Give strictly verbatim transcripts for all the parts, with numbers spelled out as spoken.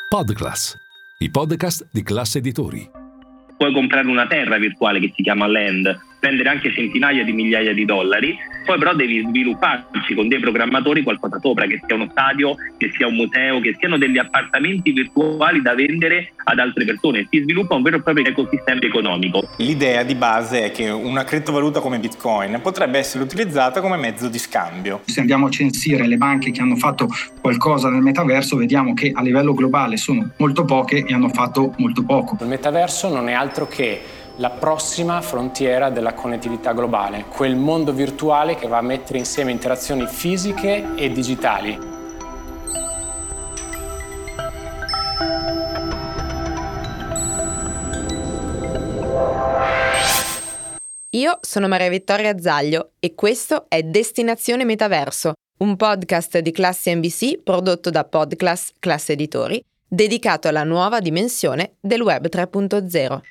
Podclass, i podcast di Class Editori. Puoi comprare una terra virtuale che si chiama Land, spendere anche centinaia di migliaia di dollari, poi però devi svilupparci con dei programmatori qualcosa sopra, che sia uno stadio, che sia un museo, che siano degli appartamenti virtuali da vendere ad altre persone. Si sviluppa un vero e proprio ecosistema economico. L'idea di base è che una criptovaluta come Bitcoin potrebbe essere utilizzata come mezzo di scambio. Se andiamo a censire le banche che hanno fatto qualcosa nel metaverso, vediamo che a livello globale sono molto poche e hanno fatto molto poco. Il metaverso non è altro che la prossima frontiera della connettività globale, quel mondo virtuale che va a mettere insieme interazioni fisiche e digitali. Io sono Maria Vittoria Zaglio e questo è Destinazione Metaverso, un podcast di Classe N B C prodotto da Podclass, Class Editori, dedicato alla nuova dimensione del Web tre punto zero.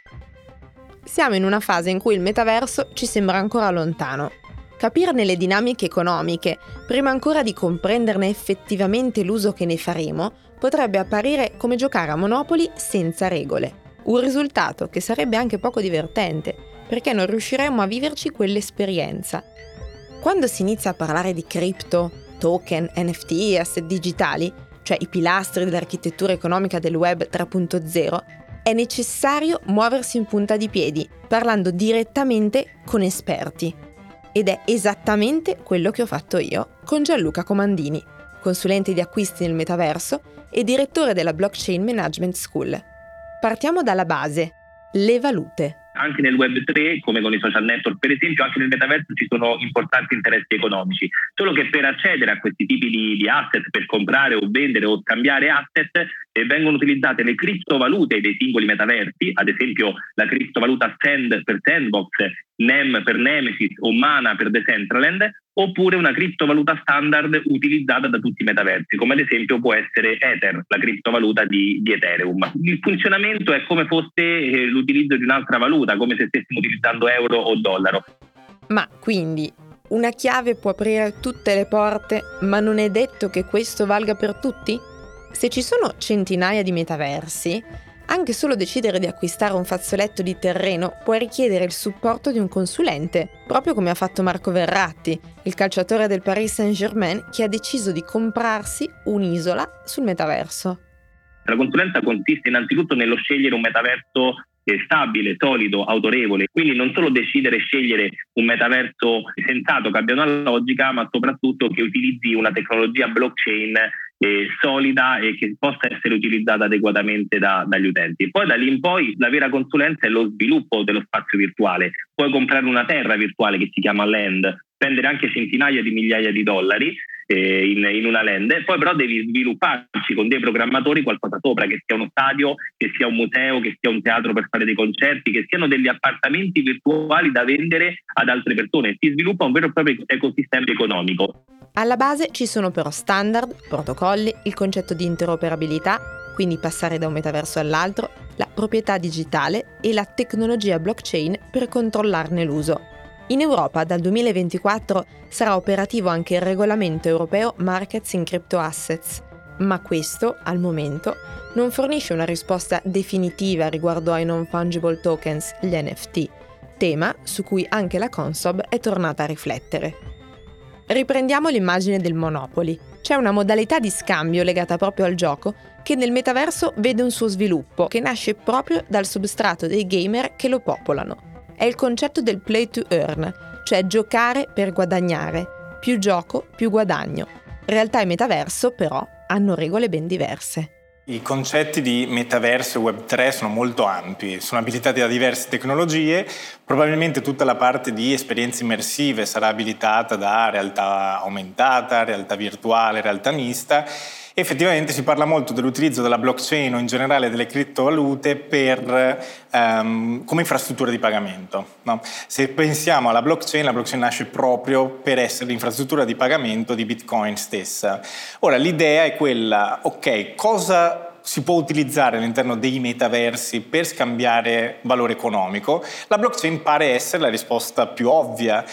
Siamo in una fase in cui il metaverso ci sembra ancora lontano. Capirne le dinamiche economiche, prima ancora di comprenderne effettivamente l'uso che ne faremo, potrebbe apparire come giocare a Monopoli senza regole. Un risultato che sarebbe anche poco divertente, perché non riusciremmo a viverci quell'esperienza. Quando si inizia a parlare di cripto, token, N F T, asset digitali, cioè i pilastri dell'architettura economica del Web tre punto zero, è necessario muoversi in punta di piedi, parlando direttamente con esperti. Ed è esattamente quello che ho fatto io con Gianluca Comandini, consulente di acquisti nel metaverso e direttore della Blockchain Management School. Partiamo dalla base, le valute. Anche nel Web tre, come con i social network, per esempio, anche nel metaverso ci sono importanti interessi economici. Solo che per accedere a questi tipi di, di asset, per comprare o vendere o scambiare asset, eh, vengono utilizzate le criptovalute dei singoli metaversi, ad esempio la criptovaluta Sand per Sandbox, N E M per Nemesis o Mana per Decentraland, oppure una criptovaluta standard utilizzata da tutti i metaversi, come ad esempio può essere Ether, la criptovaluta di, di Ethereum. Il funzionamento è come fosse eh, l'utilizzo di un'altra valuta, come se stessimo utilizzando euro o dollaro. Ma quindi una chiave può aprire tutte le porte, ma non è detto che questo valga per tutti? Se ci sono centinaia di metaversi, anche solo decidere di acquistare un fazzoletto di terreno può richiedere il supporto di un consulente, proprio come ha fatto Marco Verratti, il calciatore del Paris Saint-Germain che ha deciso di comprarsi un'isola sul metaverso. La consulenza consiste innanzitutto nello scegliere un metaverso stabile, solido, autorevole, quindi non solo decidere e scegliere un metaverso sensato che abbia una logica, ma soprattutto che utilizzi una tecnologia blockchain eh, solida e che possa essere utilizzata adeguatamente da, dagli utenti. Poi da lì in poi la vera consulenza è lo sviluppo dello spazio virtuale. Puoi comprare una terra virtuale che si chiama Land, spendere anche centinaia di migliaia di dollari eh, in, in una land, poi però devi svilupparci con dei programmatori qualcosa sopra, che sia uno stadio, che sia un museo, che sia un teatro per fare dei concerti, che siano degli appartamenti virtuali da vendere ad altre persone. Si sviluppa un vero e proprio ecosistema economico. Alla base ci sono però standard, protocolli, il concetto di interoperabilità, quindi passare da un metaverso all'altro, la proprietà digitale e la tecnologia blockchain per controllarne l'uso. In Europa dal duemilaventiquattro sarà operativo anche il regolamento europeo Markets in Crypto Assets, ma questo, al momento, non fornisce una risposta definitiva riguardo ai non-fungible tokens, gli N F T, tema su cui anche la Consob è tornata a riflettere. Riprendiamo l'immagine del Monopoly. C'è una modalità di scambio legata proprio al gioco che nel metaverso vede un suo sviluppo, che nasce proprio dal substrato dei gamer che lo popolano. È il concetto del play to earn, cioè giocare per guadagnare. Più gioco, più guadagno. Realtà e metaverso, però, hanno regole ben diverse. I concetti di metaverso e Web tre sono molto ampi, sono abilitati da diverse tecnologie, probabilmente tutta la parte di esperienze immersive sarà abilitata da realtà aumentata, realtà virtuale, realtà mista. Effettivamente si parla molto dell'utilizzo della blockchain o in generale delle criptovalute per, um, come infrastruttura di pagamento, no? Se pensiamo alla blockchain, la blockchain nasce proprio per essere l'infrastruttura di pagamento di Bitcoin stessa. Ora l'idea è quella, ok, cosa si può utilizzare all'interno dei metaversi per scambiare valore economico? La blockchain pare essere la risposta più ovvia.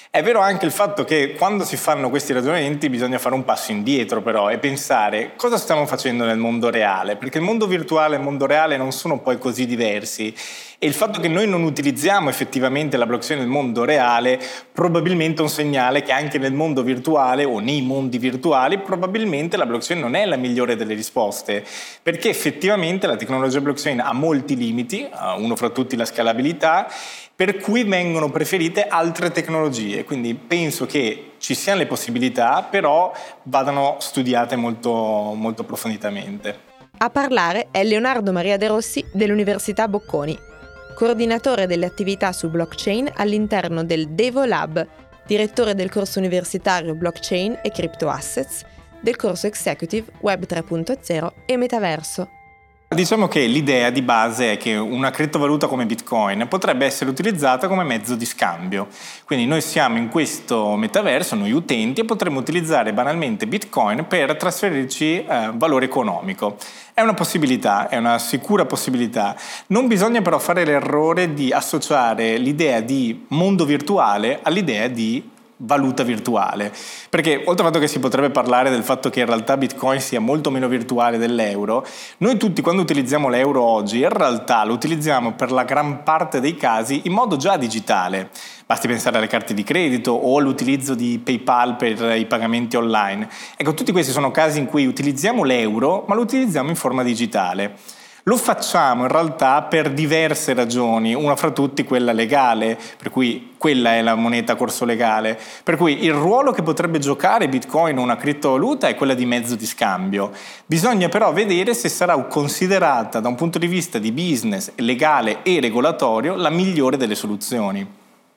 È vero anche il fatto che quando si fanno questi ragionamenti bisogna fare un passo indietro però e pensare cosa stiamo facendo nel mondo reale, perché il mondo virtuale e il mondo reale non sono poi così diversi e il fatto che noi non utilizziamo effettivamente la blockchain nel mondo reale probabilmente è un segnale che anche nel mondo virtuale o nei mondi virtuali probabilmente la blockchain non è la migliore delle risposte, perché effettivamente la tecnologia blockchain ha molti limiti, uno fra tutti la scalabilità, per cui vengono preferite altre tecnologie, quindi penso che ci siano le possibilità, però vadano studiate molto, molto approfonditamente. A parlare è Leonardo Maria De Rossi dell'Università Bocconi, coordinatore delle attività su blockchain all'interno del DevoLab, direttore del corso universitario Blockchain e Crypto Assets, del corso Executive Web tre punto zero e Metaverso. Diciamo che l'idea di base è che una criptovaluta come Bitcoin potrebbe essere utilizzata come mezzo di scambio. Quindi noi siamo in questo metaverso, noi utenti, e potremmo utilizzare banalmente Bitcoin per trasferirci eh, valore economico. È una possibilità, è una sicura possibilità. Non bisogna però fare l'errore di associare l'idea di mondo virtuale all'idea di valuta virtuale, perché oltre al fatto che si potrebbe parlare del fatto che in realtà Bitcoin sia molto meno virtuale dell'euro, noi tutti quando utilizziamo l'euro oggi in realtà lo utilizziamo per la gran parte dei casi in modo già digitale. Basti pensare alle carte di credito o all'utilizzo di PayPal per i pagamenti online. Ecco, tutti questi sono casi in cui utilizziamo l'euro ma lo utilizziamo in forma digitale. Lo facciamo in realtà per diverse ragioni, una fra tutti quella legale, per cui quella è la moneta a corso legale, per cui il ruolo che potrebbe giocare Bitcoin o una criptovaluta è quella di mezzo di scambio. Bisogna però vedere se sarà considerata da un punto di vista di business, legale e regolatorio la migliore delle soluzioni.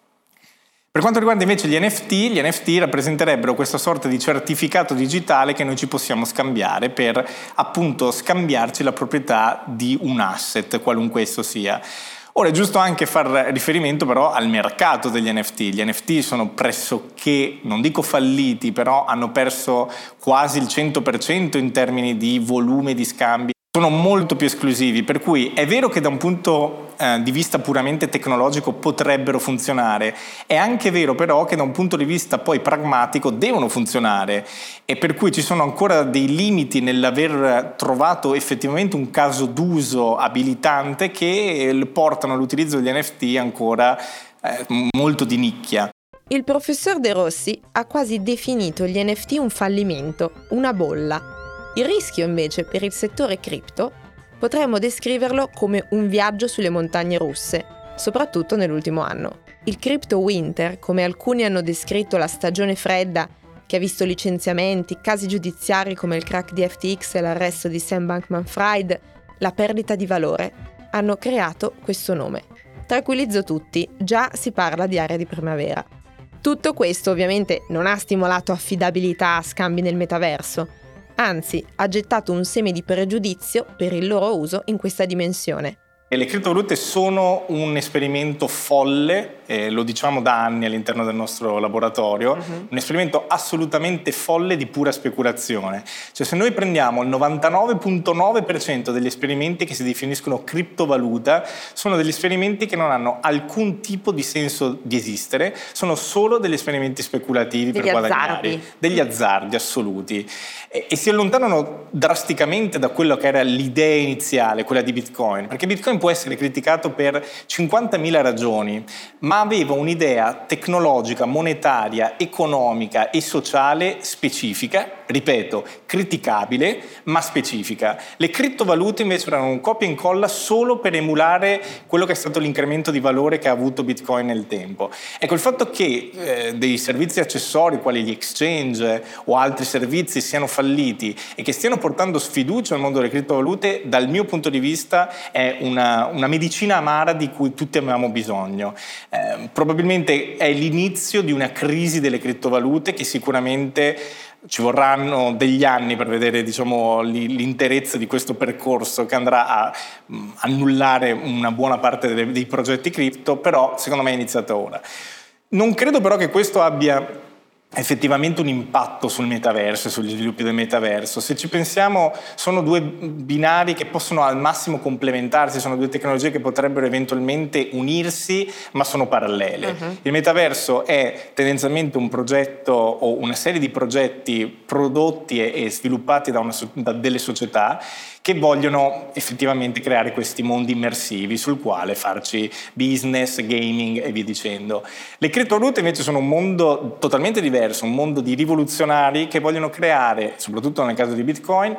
Per quanto riguarda invece gli N F T, gli N F T rappresenterebbero questa sorta di certificato digitale che noi ci possiamo scambiare per appunto scambiarci la proprietà di un asset, qualunque esso sia. Ora è giusto anche far riferimento però al mercato degli N F T. Gli N F T sono pressoché, non dico falliti, però hanno perso quasi il cento per cento in termini di volume di scambi. Sono molto più esclusivi, per cui è vero che da un punto eh, di vista puramente tecnologico potrebbero funzionare, è anche vero però che da un punto di vista poi pragmatico devono funzionare e per cui ci sono ancora dei limiti nell'aver trovato effettivamente un caso d'uso abilitante che portano all'utilizzo degli N F T ancora eh, molto di nicchia. Il professor De Rossi ha quasi definito gli N F T un fallimento, una bolla. Il rischio invece per il settore cripto potremmo descriverlo come un viaggio sulle montagne russe, soprattutto nell'ultimo anno. Il crypto winter, come alcuni hanno descritto la stagione fredda che ha visto licenziamenti, casi giudiziari come il crack di F T X e l'arresto di Sam Bankman-Fried, la perdita di valore, hanno creato questo nome. Tranquillizzo tutti, già si parla di area di primavera. Tutto questo ovviamente non ha stimolato affidabilità a scambi nel metaverso, anzi ha gettato un seme di pregiudizio per il loro uso in questa dimensione. E le criptovalute sono un esperimento folle, eh, lo diciamo da anni all'interno del nostro laboratorio, uh-huh. un esperimento assolutamente folle di pura speculazione. Cioè se noi prendiamo il novantanove virgola nove per cento degli esperimenti che si definiscono criptovaluta, sono degli esperimenti che non hanno alcun tipo di senso di esistere, sono solo degli esperimenti speculativi degli per guadagnare, azzardi. degli azzardi assoluti. E, e si allontanano drasticamente da quello che era l'idea iniziale, quella di Bitcoin, perché Bitcoin può essere criticato per cinquantamila ragioni, ma aveva un'idea tecnologica, monetaria, economica e sociale specifica, ripeto, criticabile, ma specifica. Le criptovalute invece erano un copia e incolla solo per emulare quello che è stato l'incremento di valore che ha avuto Bitcoin nel tempo. Ecco, il fatto che eh, dei servizi accessori, quali gli exchange o altri servizi, siano falliti e che stiano portando sfiducia al mondo delle criptovalute, dal mio punto di vista è una una medicina amara di cui tutti avevamo bisogno. Eh, probabilmente è l'inizio di una crisi delle criptovalute che sicuramente ci vorranno degli anni per vedere, diciamo, l'interezza di questo percorso che andrà a mh, annullare una buona parte delle, dei progetti cripto, però secondo me è iniziata ora. Non credo però che questo abbia effettivamente un impatto sul metaverso e sugli sviluppi del metaverso. Se ci pensiamo, sono due binari che possono al massimo complementarsi, sono due tecnologie che potrebbero eventualmente unirsi, ma sono parallele. Uh-huh. Il metaverso è tendenzialmente un progetto o una serie di progetti prodotti e, e sviluppati da, una, da delle società che vogliono effettivamente creare questi mondi immersivi sul quale farci business, gaming e via dicendo. Le criptovalute invece sono un mondo totalmente diverso, un mondo di rivoluzionari che vogliono creare, soprattutto nel caso di Bitcoin,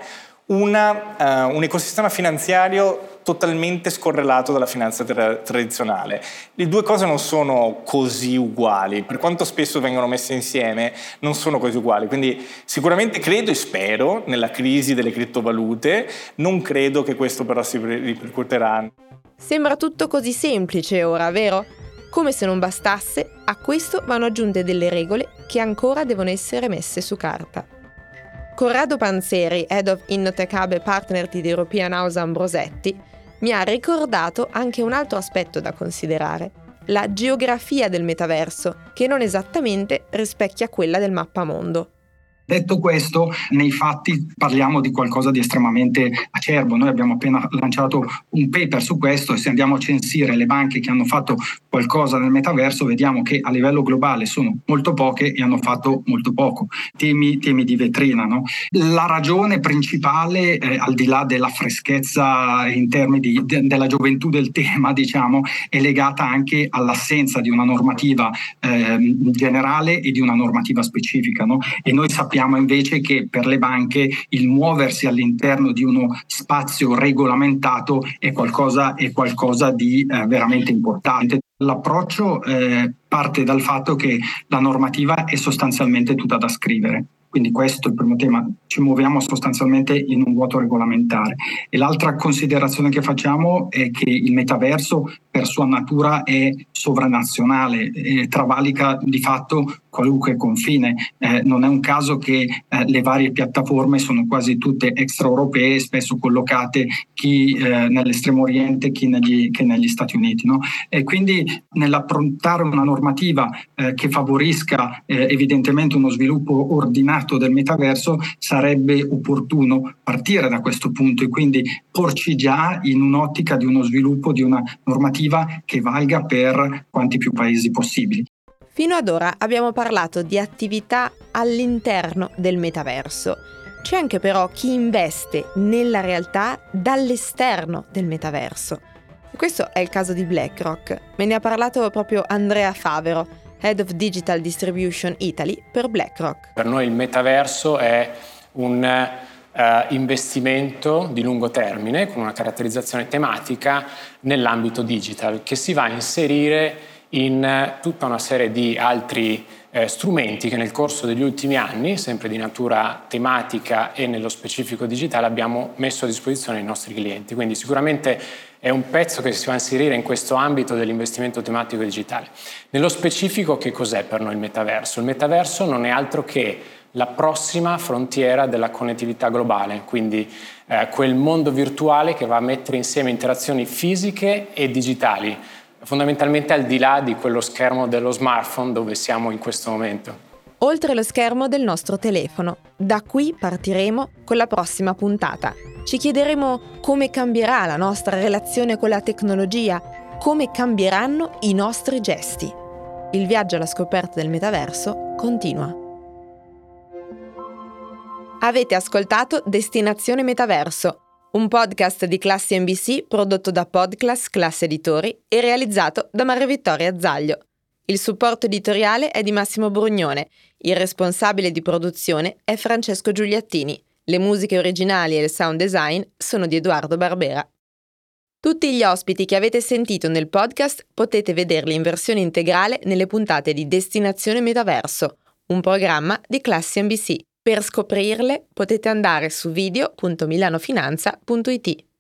una, uh, un ecosistema finanziario totalmente scorrelato dalla finanza tra- tradizionale. Le due cose non sono così uguali, per quanto spesso vengono messe insieme, non sono così uguali. Quindi sicuramente credo e spero nella crisi delle criptovalute, non credo che questo però si ripercuoterà. Sembra tutto così semplice ora, vero? Come se non bastasse, a questo vanno aggiunte delle regole che ancora devono essere messe su carta. Corrado Panzeri, Head of Innotech Hub e Partner di European House Ambrosetti, mi ha ricordato anche un altro aspetto da considerare, la geografia del metaverso, che non esattamente rispecchia quella del mappamondo. Detto questo, nei fatti parliamo di qualcosa di estremamente acerbo. Noi abbiamo appena lanciato un paper su questo e se andiamo a censire le banche che hanno fatto qualcosa nel metaverso, vediamo che a livello globale sono molto poche e hanno fatto molto poco. Temi, temi di vetrina, no? La ragione principale, eh, al di là della freschezza in termini di, de, della gioventù del tema, diciamo, è legata anche all'assenza di una normativa eh, generale e di una normativa specifica, no? E noi sappiamo invece che per le banche il muoversi all'interno di uno spazio regolamentato è qualcosa, è qualcosa di eh, veramente importante. L'approccio eh, parte dal fatto che la normativa è sostanzialmente tutta da scrivere. Quindi questo è il primo tema, ci muoviamo sostanzialmente in un vuoto regolamentare. E l'altra considerazione che facciamo è che il metaverso per sua natura è sovranazionale, e travalica di fatto qualunque confine. Eh, non è un caso che eh, le varie piattaforme sono quasi tutte extraeuropee, spesso collocate chi eh, nell'estremo oriente, chi negli, che negli Stati Uniti, no? E quindi nell'approntare una normativa eh, che favorisca eh, evidentemente uno sviluppo ordinato del metaverso, sarebbe opportuno partire da questo punto e quindi porci già in un'ottica di uno sviluppo di una normativa che valga per quanti più paesi possibili. Fino ad ora abbiamo parlato di attività all'interno del metaverso. C'è anche però chi investe nella realtà dall'esterno del metaverso. E questo è il caso di BlackRock. Me ne ha parlato proprio Andrea Favero, Head of Digital Distribution Italy per BlackRock. Per noi il metaverso è un Uh, investimento di lungo termine con una caratterizzazione tematica nell'ambito digital che si va a inserire in uh, tutta una serie di altri uh, strumenti che nel corso degli ultimi anni, sempre di natura tematica e nello specifico digitale, abbiamo messo a disposizione ai nostri clienti. Quindi sicuramente è un pezzo che si va a inserire in questo ambito dell'investimento tematico digitale. Nello specifico, che cos'è per noi il metaverso? Il metaverso non è altro che la prossima frontiera della connettività globale, quindi eh, quel mondo virtuale che va a mettere insieme interazioni fisiche e digitali, fondamentalmente al di là di quello schermo dello smartphone dove siamo in questo momento. Oltre lo schermo del nostro telefono. Da qui partiremo con la prossima puntata. Ci chiederemo come cambierà la nostra relazione con la tecnologia, come cambieranno i nostri gesti. Il viaggio alla scoperta del metaverso continua. Avete ascoltato Destinazione Metaverso, un podcast di Classe N B C prodotto da Podclass Classe Editori e realizzato da Maria Vittoria Zaglio. Il supporto editoriale è di Massimo Brugnone, il responsabile di produzione è Francesco Giuliattini, le musiche originali e il sound design sono di Edoardo Barbera. Tutti gli ospiti che avete sentito nel podcast potete vederli in versione integrale nelle puntate di Destinazione Metaverso, un programma di Classe N B C. Per scoprirle potete andare su video punto milanofinanza punto it.